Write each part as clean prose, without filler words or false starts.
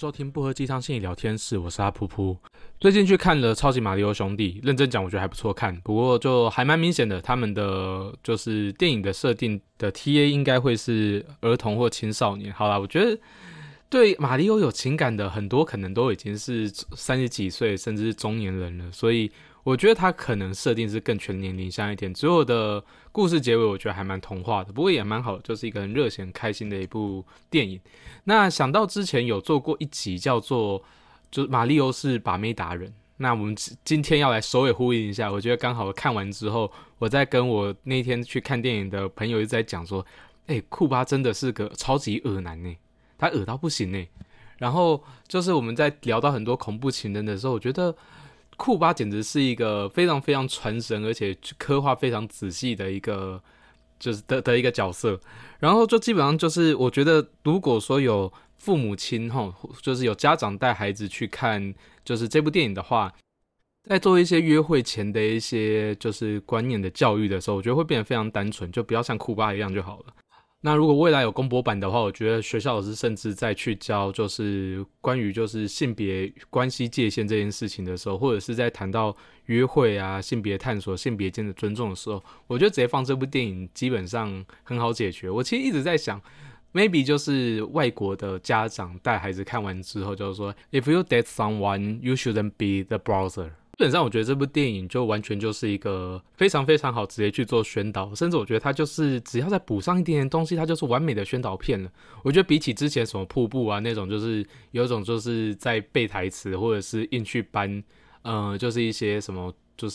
收听不喝鸡汤心理聊天室，我是阿噗噗。最近去看了超级马里奥兄弟，认真讲我觉得还不错看，不过就还蛮明显的，他们的就是电影的设定的 TA 应该会是儿童或青少年。好啦，我觉得对马里奥有情感的很多可能都已经是30几岁甚至是中年人了，所以我觉得他可能设定是更全年龄向一点。最后的故事结尾我觉得还蛮童话的，不过也蛮好的，就是一个很热血很开心的一部电影。那想到之前有做过一集叫做就是马里欧是把妹达人，那我们今天要来首尾呼应一下。我觉得刚好看完之后，我在跟我那天去看电影的朋友一直在讲说，库巴真的是个超级恶男呢，他恶到不行呢。然后就是我们在聊到很多恐怖情人的时候，我觉得库巴简直是一个非常非常传神，而且刻画非常仔细的一个就是的一个角色。然后就基本上就是我觉得如果说有父母亲就是有家长带孩子去看就是这部电影的话，在做一些约会前的一些就是观念的教育的时候，我觉得会变得非常单纯，就不要像库巴一样就好了。那如果未来有公播版的话，我觉得学校老师甚至再去教就是关于就是性别关系界限这件事情的时候，或者是在谈到约会啊、性别探索、性别间的尊重的时候，我觉得直接放这部电影基本上很好解决。我其实一直在想，maybe 就是外国的家长带孩子看完之后，就是说 ，If you date someone, you shouldn't be the brother。基本上，我觉得这部电影就完全就是一个非常非常好直接去做宣导，甚至我觉得它就是只要再补上一点点东西，它就是完美的宣导片了。我觉得比起之前什么瀑布啊那种，就是有一种就是在背台词或者是硬去搬，就是一些什么就是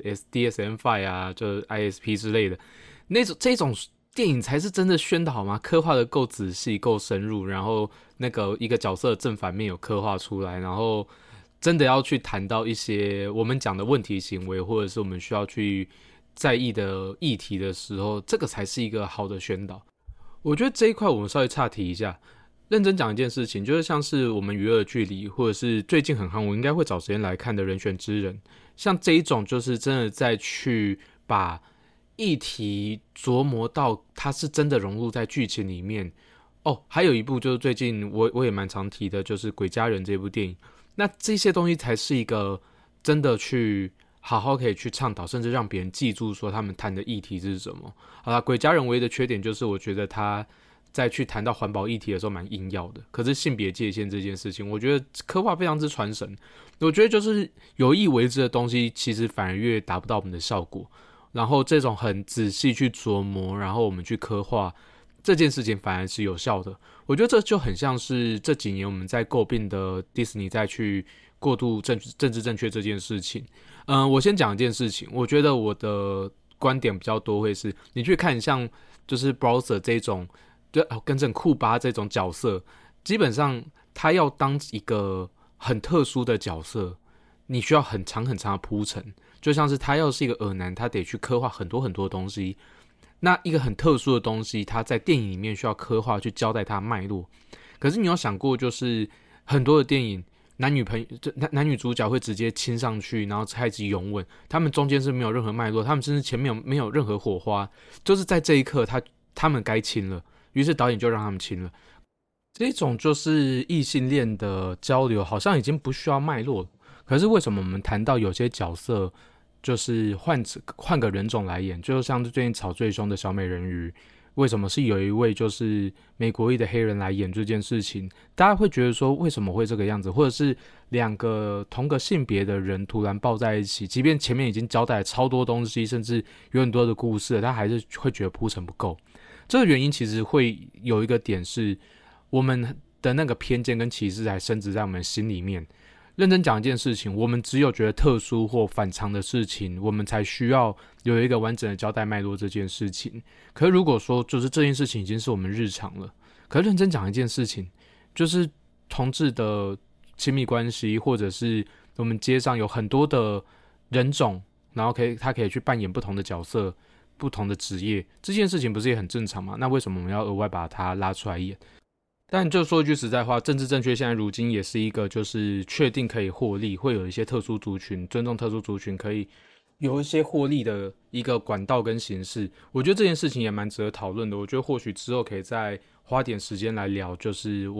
DSM-5 啊，就是 ISP 之类的那种这种电影才是真的宣导吗？刻画的够仔细、够深入，然后那个一个角色的正反面有刻画出来，然后真的要去谈到一些我们讲的问题行为，或者是我们需要去在意的议题的时候，这个才是一个好的宣导。我觉得这一块我们稍微岔题一下，认真讲一件事情，就是像是我们娱乐距离，或者是最近很夯，我应该会找时间来看的人选之人，像这一种就是真的在去把议题琢磨到它是真的融入在剧情里面。还有一部就是最近我也蛮常提的，就是《鬼家人》这部电影。那这些东西才是一个真的去好好可以去倡导，甚至让别人记住说他们谈的议题是什么。好啦，鬼家人唯一的缺点就是我觉得他在去谈到环保议题的时候蛮硬要的，可是性别界限这件事情，我觉得刻画非常之传神。我觉得就是有意为之的东西，其实反而越达不到我们的效果。然后这种很仔细去琢磨，然后我们去刻画这件事情反而是有效的。我觉得这就很像是这几年我们在诟病的迪士尼再去过度政治正确这件事情。我先讲一件事情，我觉得我的观点比较多会是，你去看像就是 Browser 这种，跟正库巴这种角色，基本上他要当一个很特殊的角色，你需要很长很长的铺陈。就像是他要是一个恶男，他得去刻画很多很多东西。那一个很特殊的东西，他在电影里面需要刻画去交代它的脉络。可是你有想过，就是很多的电影，男女主角会直接亲上去，然后开始拥吻，他们中间是没有任何脉络，他们甚至前面没有任何火花，就是在这一刻他们该亲了，于是导演就让他们亲了。这种就是异性恋的交流，好像已经不需要脉络了。可是为什么我们谈到有些角色，就是换个人种来演，就像最近吵最凶的小美人鱼，为什么是有一位就是美国裔的黑人来演这件事情？大家会觉得说为什么会这个样子，或者是两个同个性别的人突然抱在一起，即便前面已经交代了超多东西，甚至有很多的故事了，他还是会觉得铺陈不够。这个原因其实会有一个点是，我们的那个偏见跟歧视还深植在我们心里面。认真讲一件事情，我们只有觉得特殊或反常的事情，我们才需要有一个完整的交代脉络这件事情。可是如果说就是这件事情已经是我们日常了，可是认真讲一件事情，就是同志的亲密关系，或者是我们街上有很多的人种，然后他可以去扮演不同的角色、不同的职业，这件事情不是也很正常吗？那为什么我们要额外把它拉出来演？但就说句实在话，政治正确现在如今也是一个就是确定可以获利，会有一些特殊族群，尊重特殊族群可以有一些获利的一个管道跟形式。我觉得这件事情也蛮值得讨论的。我觉得或许之后可以再花点时间来聊，就是我们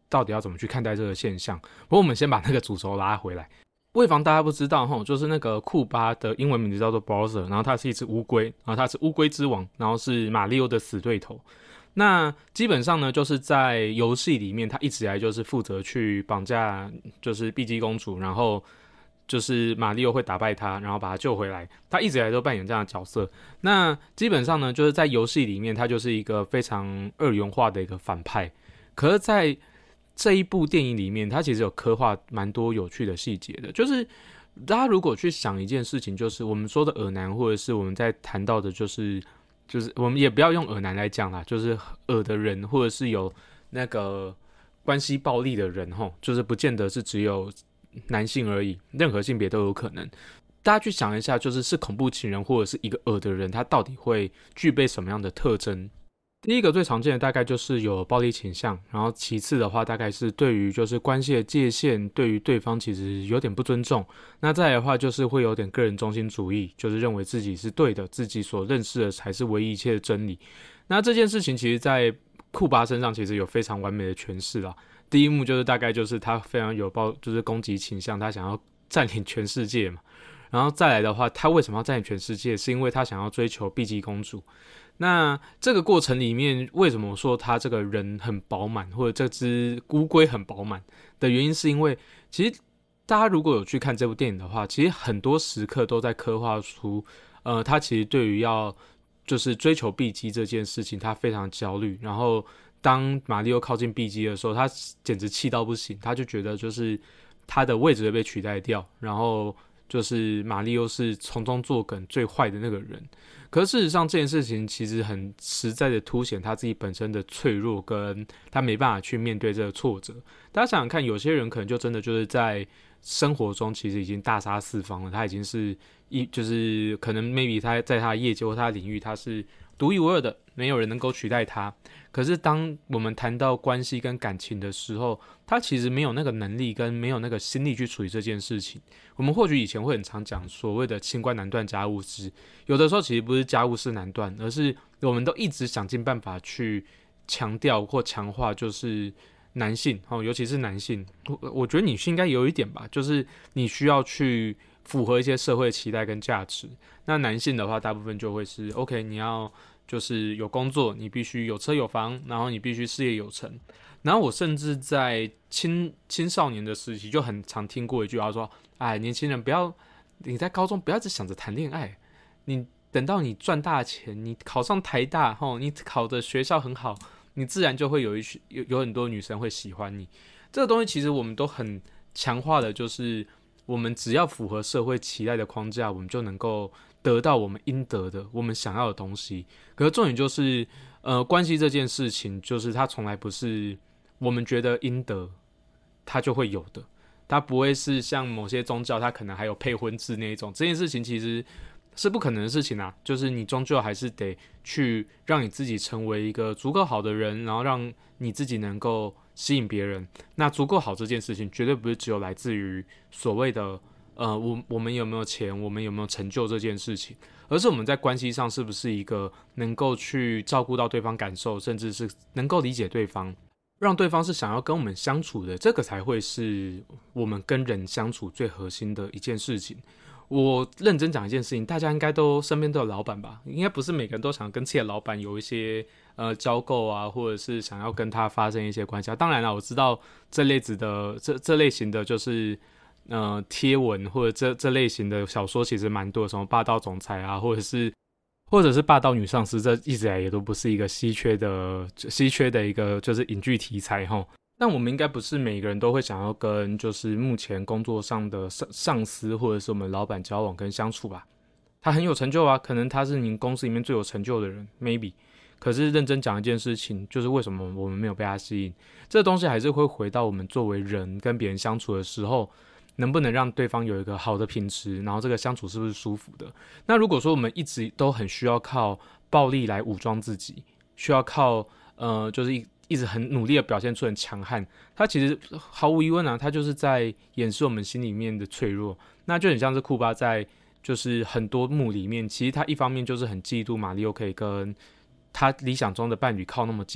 到底要怎么去看待这个现象。不过我们先把那个主轴拉回来。为防大家不知道齁，就是那个库巴的英文名字叫做 Bowser， 然后它是一只乌龟，然后它是乌龟之王，然后是马里奥的死对头。那基本上呢，就是在游戏里面，他一直以来就是负责去绑架，就是碧姬公主，然后就是马里奥会打败他，然后把他救回来。他一直以来都扮演这样的角色。那基本上呢，就是在游戏里面，他就是一个非常二元化的一个反派。可是，在这一部电影里面，它其实有刻画蛮多有趣的细节的。就是大家如果去想一件事情，就是我们说的恶男，或者是我们在谈到的，就是我们也不要用恶男来讲啦，就是恶的人，或者是有那个关系暴力的人，就是不见得是只有男性而已，任何性别都有可能。大家去想一下，是恐怖情人或者是一个恶的人，他到底会具备什么样的特征？第一个最常见的大概就是有暴力倾向，然后其次的话大概是对于就是关系的界限，对于对方其实有点不尊重。那再来的话就是会有点个人中心主义，就是认为自己是对的，自己所认识的才是唯一一切的真理。那这件事情其实在库巴身上其实有非常完美的诠释啦。第一幕就是大概就是他非常有就是攻击倾向，他想要占领全世界嘛。然后再来的话，他为什么要占领全世界？是因为他想要追求碧姬公主。那这个过程里面，为什么说他这个人很饱满，或者这只乌龟很饱满的原因，是因为其实大家如果有去看这部电影的话，其实很多时刻都在刻画出，他其实对于要就是追求碧姬这件事情，他非常焦虑。然后当马里奥靠近碧姬的时候，他简直气到不行，他就觉得就是他的位置会被取代掉，然后就是马里奥是从中作梗最坏的那个人。可是事实上这件事情其实很实在的凸显他自己本身的脆弱，跟他没办法去面对这个挫折。大家想想看，有些人可能就真的就是在生活中其实已经大杀四方了，他已经是就是可能 maybe 他在他的业界或他的领域他是独一无二的，没有人能够取代他。可是当我们谈到关系跟感情的时候，他其实没有那个能力跟没有那个心力去处理这件事情。我们或许以前会很常讲所谓的清官难断家务事，有的时候其实不是家务事难断，而是我们都一直想尽办法去强调或强化，就是男性，尤其是男性，我觉得女性应该有一点吧，就是你需要去符合一些社会期待跟价值。那男性的话，大部分就会是 OK， 你要就是有工作，你必须有车有房，然后你必须事业有成。然后我甚至在青少年的时期就很常听过一句话说：“哎，年轻人不要你在高中不要只想着谈恋爱，你等到你赚大钱，你考上台大，你考的学校很好，你自然就会有很多女生会喜欢你。”这个东西其实我们都很强化的，就是我们只要符合社会期待的框架，我们就能够得到我们应得的、我们想要的东西。可是重点就是，关系这件事情，就是它从来不是我们觉得应得，它就会有的。它不会是像某些宗教，它可能还有配婚制那一种。这件事情其实是不可能的事情啊，就是你终究还是得去让你自己成为一个足够好的人，然后让你自己能够吸引别人。那足够好这件事情，绝对不是只有来自于所谓的我们有没有钱，我们有没有成就这件事情，而是我们在关系上是不是一个能够去照顾到对方感受，甚至是能够理解对方，让对方是想要跟我们相处的，这个才会是我们跟人相处最核心的一件事情。我认真讲一件事情，大家应该都身边都有老板吧？应该不是每个人都想跟自己的老板有一些交媾啊，或者是想要跟他发生一些关系啊。当然了，我知道这类型的就是贴文或者这类型的小说其实蛮多，什么霸道总裁啊，或者是霸道女上司，这一直以来也都不是一个稀缺的一个就是影剧题材齁。但我们应该不是每个人都会想要跟就是目前工作上的上司或者是我们老板交往跟相处吧。他很有成就啊，可能他是您公司里面最有成就的人 maybe。可是认真讲一件事情，就是为什么我们没有被他吸引？这个东西还是会回到我们作为人跟别人相处的时候，能不能让对方有一个好的品质，然后这个相处是不是舒服的。那如果说我们一直都很需要靠暴力来武装自己，需要靠就是一直很努力的表现出很强悍，他其实毫无疑问啊，他就是在掩饰我们心里面的脆弱。那就很像是库巴在就是很多幕里面，其实他一方面就是很嫉妒马里奥可以跟他理想中的伴侣靠那么近，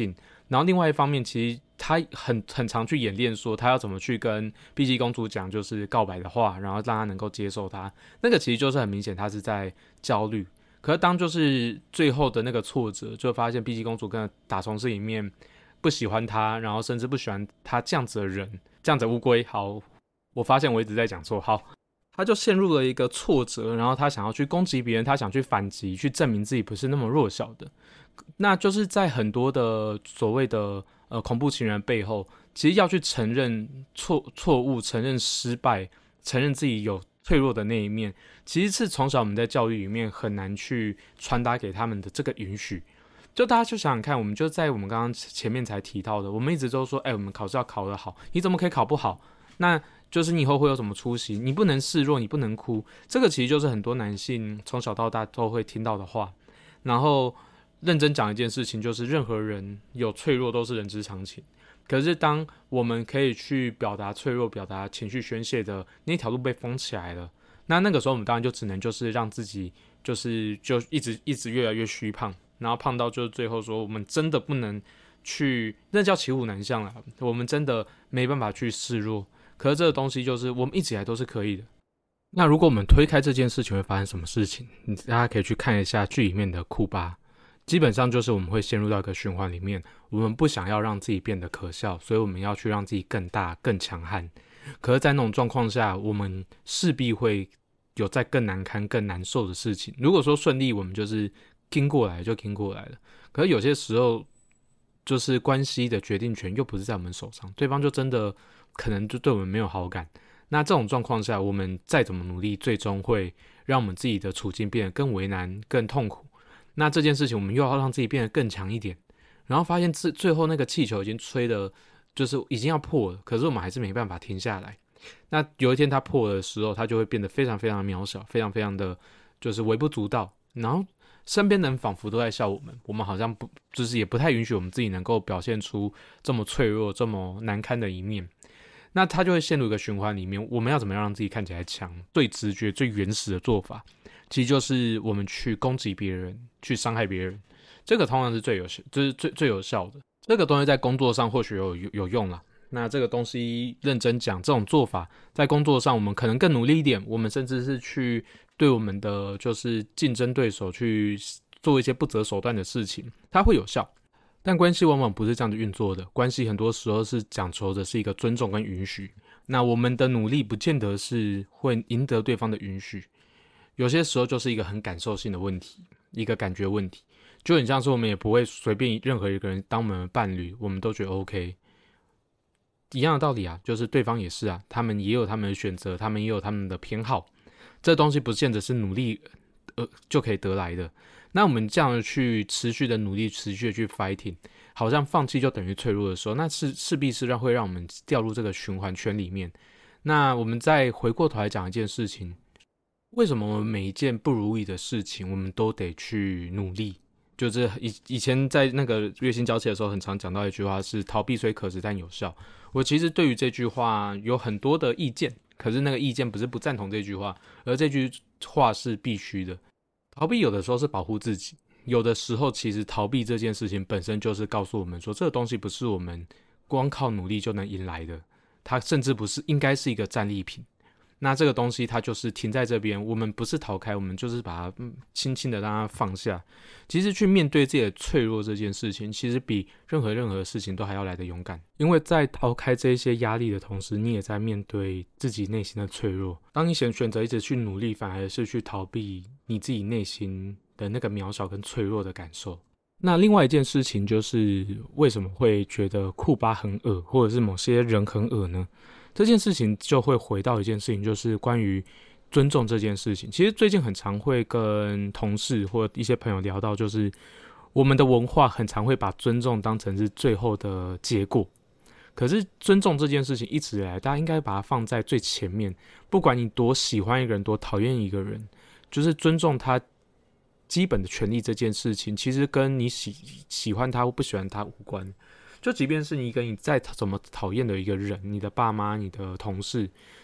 然后另外一方面，其实他很常去演练说他要怎么去跟碧姬公主讲就是告白的话，然后让她能够接受他。那个其实就是很明显他是在焦虑。可是当就是最后的那个挫折，就发现碧姬公主跟打从心里面不喜欢他，然后甚至不喜欢他这样子的人，这样子的乌龟。好，我发现我一直在讲错。好，他就陷入了一个挫折，然后他想要去攻击别人，他想去反击，去证明自己不是那么弱小的。那就是在很多的所谓的恐怖情人背后，其实要去承认错误，承认失败，承认自己有脆弱的那一面，其实是从小我们在教育里面很难去传达给他们的这个允许。就大家就想想看，我们就在我们刚刚前面才提到的，我们一直都说，我们考试要考得好，你怎么可以考不好？那就是你以后会有什么出息？你不能示弱，你不能哭。这个其实就是很多男性从小到大都会听到的话。然后认真讲一件事情，就是任何人有脆弱都是人之常情。可是当我们可以去表达脆弱、表达情绪宣泄的那条路被封起来了，那个时候我们当然就只能就是让自己就一直越来越虚胖，然后胖到就是最后说我们真的不能去，那叫骑虎难下啦，我们真的没办法去示弱。可是这个东西就是我们一直以来都是可以的。那如果我们推开这件事情会发生什么事情？大家可以去看一下剧里面的库巴，基本上就是我们会陷入到一个循环里面，我们不想要让自己变得可笑，所以我们要去让自己更大更强悍。可是在那种状况下，我们势必会有在更难堪更难受的事情。如果说顺利，我们就是跟过来就跟过来了。可是有些时候就是关系的决定权又不是在我们手上，对方就真的可能就对我们没有好感。那这种状况下，我们再怎么努力，最终会让我们自己的处境变得更为难更痛苦。那这件事情我们又要让自己变得更强一点，然后发现最后那个气球已经吹的就是已经要破了，可是我们还是没办法停下来。那有一天它破的时候，它就会变得非常非常渺小，非常非常的就是微不足道，然后身边的人仿佛都在笑我们，我们好像不就是也不太允许我们自己能够表现出这么脆弱这么难堪的一面。那它就会陷入一个循环里面，我们要怎么样让自己看起来强？最直觉最原始的做法其实就是我们去攻击别人，去伤害别人，这个通常是最有效，就是最有效的。这个东西在工作上或许有用啦。那这个东西认真讲，这种做法在工作上我们可能更努力一点，我们甚至是去对我们的就是竞争对手去做一些不择手段的事情，它会有效。但关系往往不是这样子运作的，关系很多时候是讲求的是一个尊重跟允许。那我们的努力不见得是会赢得对方的允许，有些时候就是一个很感受性的问题，一个感觉问题。就很像是我们也不会随便任何一个人当我们的伴侣，我们都觉得 OK。一样的道理啊，就是对方也是啊，他们也有他们的选择，他们也有他们的偏好，这东西不见得是努力就可以得来的。那我们这样去持续的努力，持续的去 fighting， 好像放弃就等于脆弱的时候，那势必是会让我们掉入这个循环圈里面。那我们再回过头来讲一件事情，为什么我们每一件不如意的事情，我们都得去努力？就是以前在那个月薪交期的时候，很常讲到一句话是逃避虽可耻但有效。我其实对于这句话有很多的意见，可是那个意见不是不赞同这句话，而这句话是必须的。逃避有的时候是保护自己，有的时候其实逃避这件事情本身就是告诉我们说，这个东西不是我们光靠努力就能赢来的，它甚至不是应该是一个战利品。那这个东西它就是停在这边，我们不是逃开，我们就是把它轻轻的让它放下。其实去面对自己的脆弱这件事情，其实比任何事情都还要来得勇敢。因为在逃开这些压力的同时，你也在面对自己内心的脆弱。当你选择一直去努力，反而是去逃避你自己内心的那个渺小跟脆弱的感受。那另外一件事情就是为什么会觉得库巴很恶，或者是某些人很恶呢？这件事情就会回到一件事情，就是关于尊重这件事情。其实最近很常会跟同事或一些朋友聊到，就是我们的文化很常会把尊重当成是最后的结果。可是尊重这件事情一直以来，大家应该把它放在最前面。不管你多喜欢一个人，多讨厌一个人，就是尊重他基本的权利这件事情，其实跟你喜欢他或不喜欢他无关。就即便是你跟你再怎么讨厌的一个人，你的爸妈、你的同事，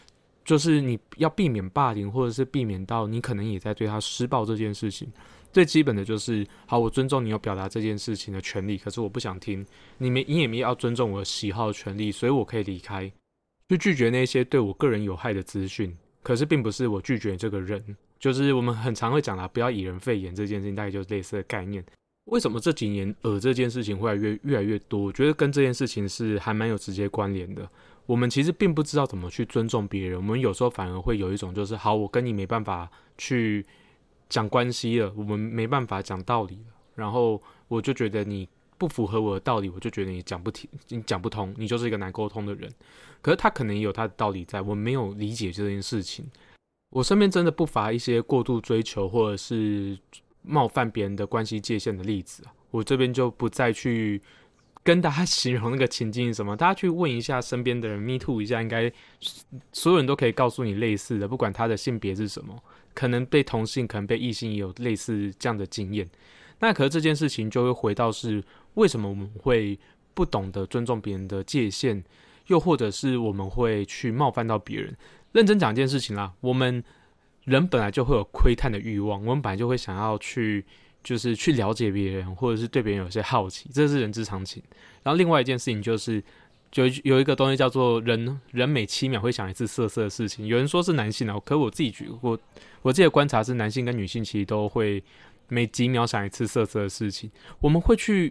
就是你要避免霸凌，或者是避免到你可能也在对他施暴这件事情。最基本的就是，好，我尊重你有表达这件事情的权利，可是我不想听，你也没要尊重我的喜好的权利，所以我可以离开，去拒绝那些对我个人有害的资讯。可是并不是我拒绝这个人，就是我们很常会讲啦，不要以人废言这件事情，大概就是类似的概念。为什么这几年这件事情会越来越多？我觉得跟这件事情是还蛮有直接关联的。我们其实并不知道怎么去尊重别人，我们有时候反而会有一种就是，好，我跟你没办法去讲关系了，我们没办法讲道理了，然后我就觉得你不符合我的道理，我就觉得你讲不通，你就是一个难沟通的人。可是他可能也有他的道理在，我没有理解这件事情。我身边真的不乏一些过度追求或者是冒犯别人的关系界限的例子，我这边就不再去跟大家形容那个情境是什么，大家去问一下身边的人 ，me too 一下，应该所有人都可以告诉你类似的，不管他的性别是什么，可能被同性，可能被异性也有类似这样的经验。那可是这件事情就会回到是为什么我们会不懂得尊重别人的界限，又或者是我们会去冒犯到别人。认真讲一件事情啦，我们人本来就会有窥探的欲望，我们本来就会想要去就是去了解别人，或者是对别人有些好奇，这是人之常情。然后另外一件事情就是有一个东西叫做人每7秒会想一次色色的事情，有人说是男性啊，可我自己我自己的观察是男性跟女性其实都会每几秒想一次色色的事情，我们会去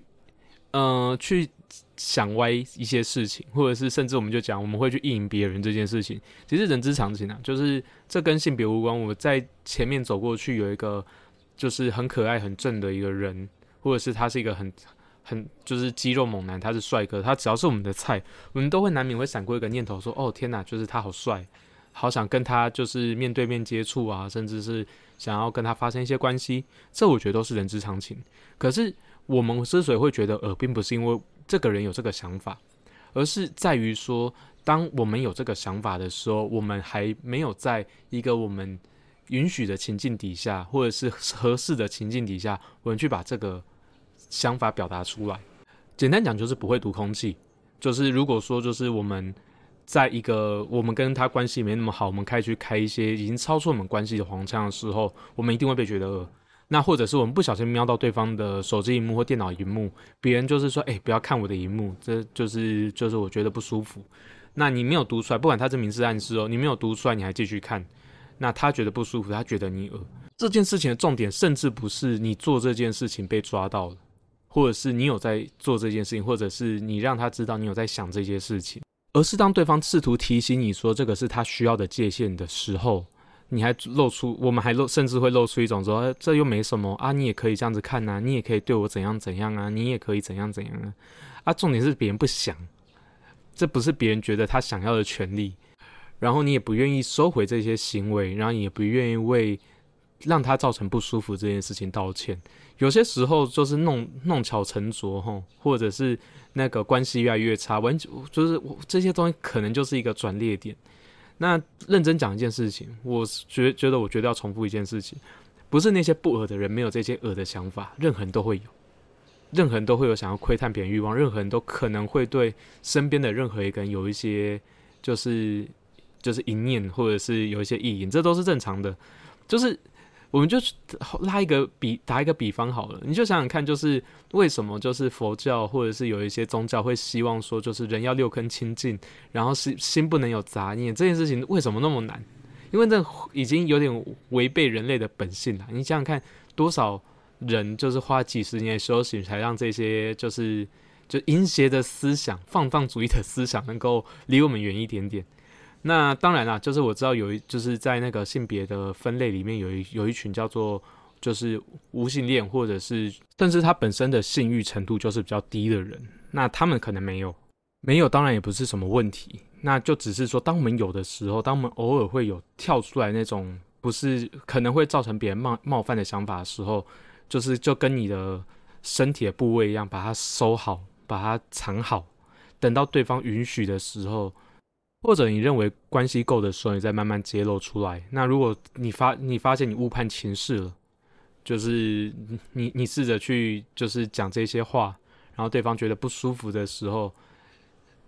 想歪一些事情，或者是甚至我们就讲我们会去意淫别人这件事情，其实人之常情啊，就是这跟性别无关。我在前面走过去有一个就是很可爱很正的一个人，或者是他是一个很就是肌肉猛男，他是帅哥，他只要是我们的菜，我们都会难免会闪过一个念头说，哦天哪，就是他好帅，好想跟他就是面对面接触啊，甚至是想要跟他发生一些关系，这我觉得都是人之常情。可是我们之所以会觉得并不是因为这个人有这个想法，而是在于说，当我们有这个想法的时候，我们还没有在一个我们允许的情境底下，或者是合适的情境底下，我们去把这个想法表达出来。简单讲就是不会读空气，就是如果说就是我们在一个我们跟他关系没那么好，我们开始去开一些已经超出我们关系的黄腔的时候，我们一定会被觉得恶。那或者是我们不小心瞄到对方的手机荧幕或电脑荧幕，别人就是说，不要看我的荧幕，这就是我觉得不舒服。那你没有读出来，不管他是明示暗示你没有读出来，你还继续看，那他觉得不舒服，他觉得你恶。这件事情的重点，甚至不是你做这件事情被抓到了，或者是你有在做这件事情，或者是你让他知道你有在想这件事情，而是当对方试图提醒你说这个是他需要的界限的时候。你还我们还甚至会露出一种说，这又没什么啊，你也可以这样子看啊，你也可以对我怎样怎样啊，你也可以怎样怎样啊，重点是别人不想，这不是别人觉得他想要的权利，然后你也不愿意收回这些行为，然后你也不愿意为让他造成不舒服这件事情道歉。有些时候就是弄巧成拙或者是那个关系越来越差，就是这些东西可能就是一个转捩点。那认真讲一件事情，我觉得要重复一件事情，不是那些不恶的人没有这些恶的想法，任何人都会有，任何人都会有想要窥探别人欲望，任何人都可能会对身边的任何一个人有一些就是一念，或者是有一些意淫，这都是正常的。就是我们就打一个比方好了，你就想想看，就是为什么就是佛教或者是有一些宗教会希望说，就是人要6根清净，然后心不能有杂念，这件事情为什么那么难？因为这已经有点违背人类的本性了。你想想看，多少人就是花几十年修行，才让这些就阴邪的思想、放荡主义的思想能够离我们远一点点。那当然啦，就是我知道就是在那个性别的分类里面有一群叫做就是无性恋，或者是甚至他本身的性欲程度就是比较低的人，那他们可能没有，当然也不是什么问题。那就只是说，当我们有的时候，当我们偶尔会有跳出来那种不是可能会造成别人冒犯的想法的时候，就跟你的身体的部位一样，把它收好，把它藏好，等到对方允许的时候。或者你认为关系够的时候，你再慢慢揭露出来。那如果你发现你误判情势了，就是你试着去就是讲这些话，然后对方觉得不舒服的时候，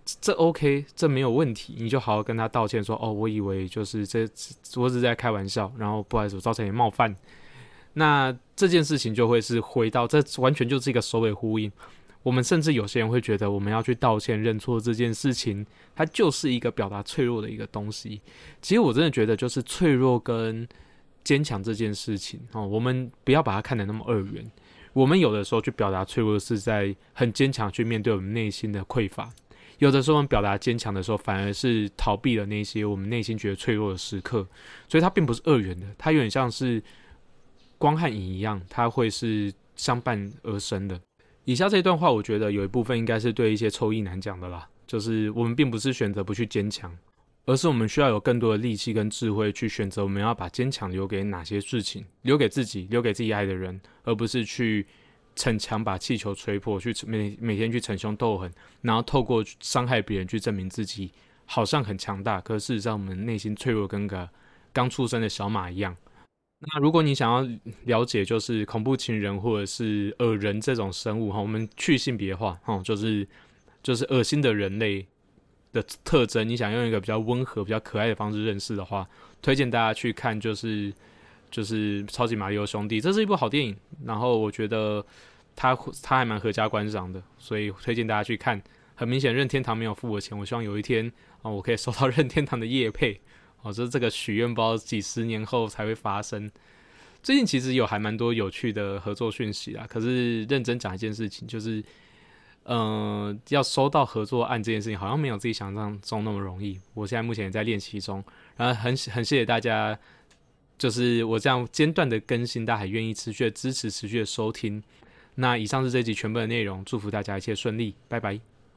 这 OK， 这没有问题，你就好好跟他道歉说，我以为就是我只是在开玩笑，然后不好意思，我造成你冒犯。那这件事情就会是回到，这完全就是一个首尾呼应。我们甚至有些人会觉得，我们要去道歉认错这件事情，它就是一个表达脆弱的一个东西。其实我真的觉得，就是脆弱跟坚强这件事情，我们不要把它看得那么二元。我们有的时候去表达脆弱，是在很坚强去面对我们内心的匮乏；有的时候我们表达坚强的时候，反而是逃避了那些我们内心觉得脆弱的时刻。所以它并不是二元的，它有点像是光和影一样，它会是相伴而生的。以下这段话，我觉得有一部分应该是对一些臭意男讲的啦，就是我们并不是选择不去坚强，而是我们需要有更多的力气跟智慧去选择我们要把坚强留给哪些事情，留给自己，留给自己爱的人，而不是去逞强把气球吹破，去每天去逞凶斗狠，然后透过伤害别人去证明自己好像很强大，可是事实上我们内心脆弱，跟个刚出生的小马一样。那如果你想要了解就是恐怖情人或者是恶人这种生物，我们去性别化，就是恶心的人类的特征，你想用一个比较温和比较可爱的方式认识的话，推荐大家去看就是超级马里奥兄弟，这是一部好电影，然后我觉得它还蛮合家观赏的，所以推荐大家去看。很明显任天堂没有付我钱，我希望有一天我可以收到任天堂的业配，就是这个许愿不知道几十年后才会发生。最近其实有还蛮多有趣的合作讯息啦，可是认真讲一件事情，就是要收到合作案这件事情，好像没有自己想象中那么容易。我现在目前也在练习中，然后很谢谢大家，就是我这样间断的更新，大家还愿意持续的支持、持续的收听。那以上是这集全部的内容，祝福大家一切顺利，拜拜。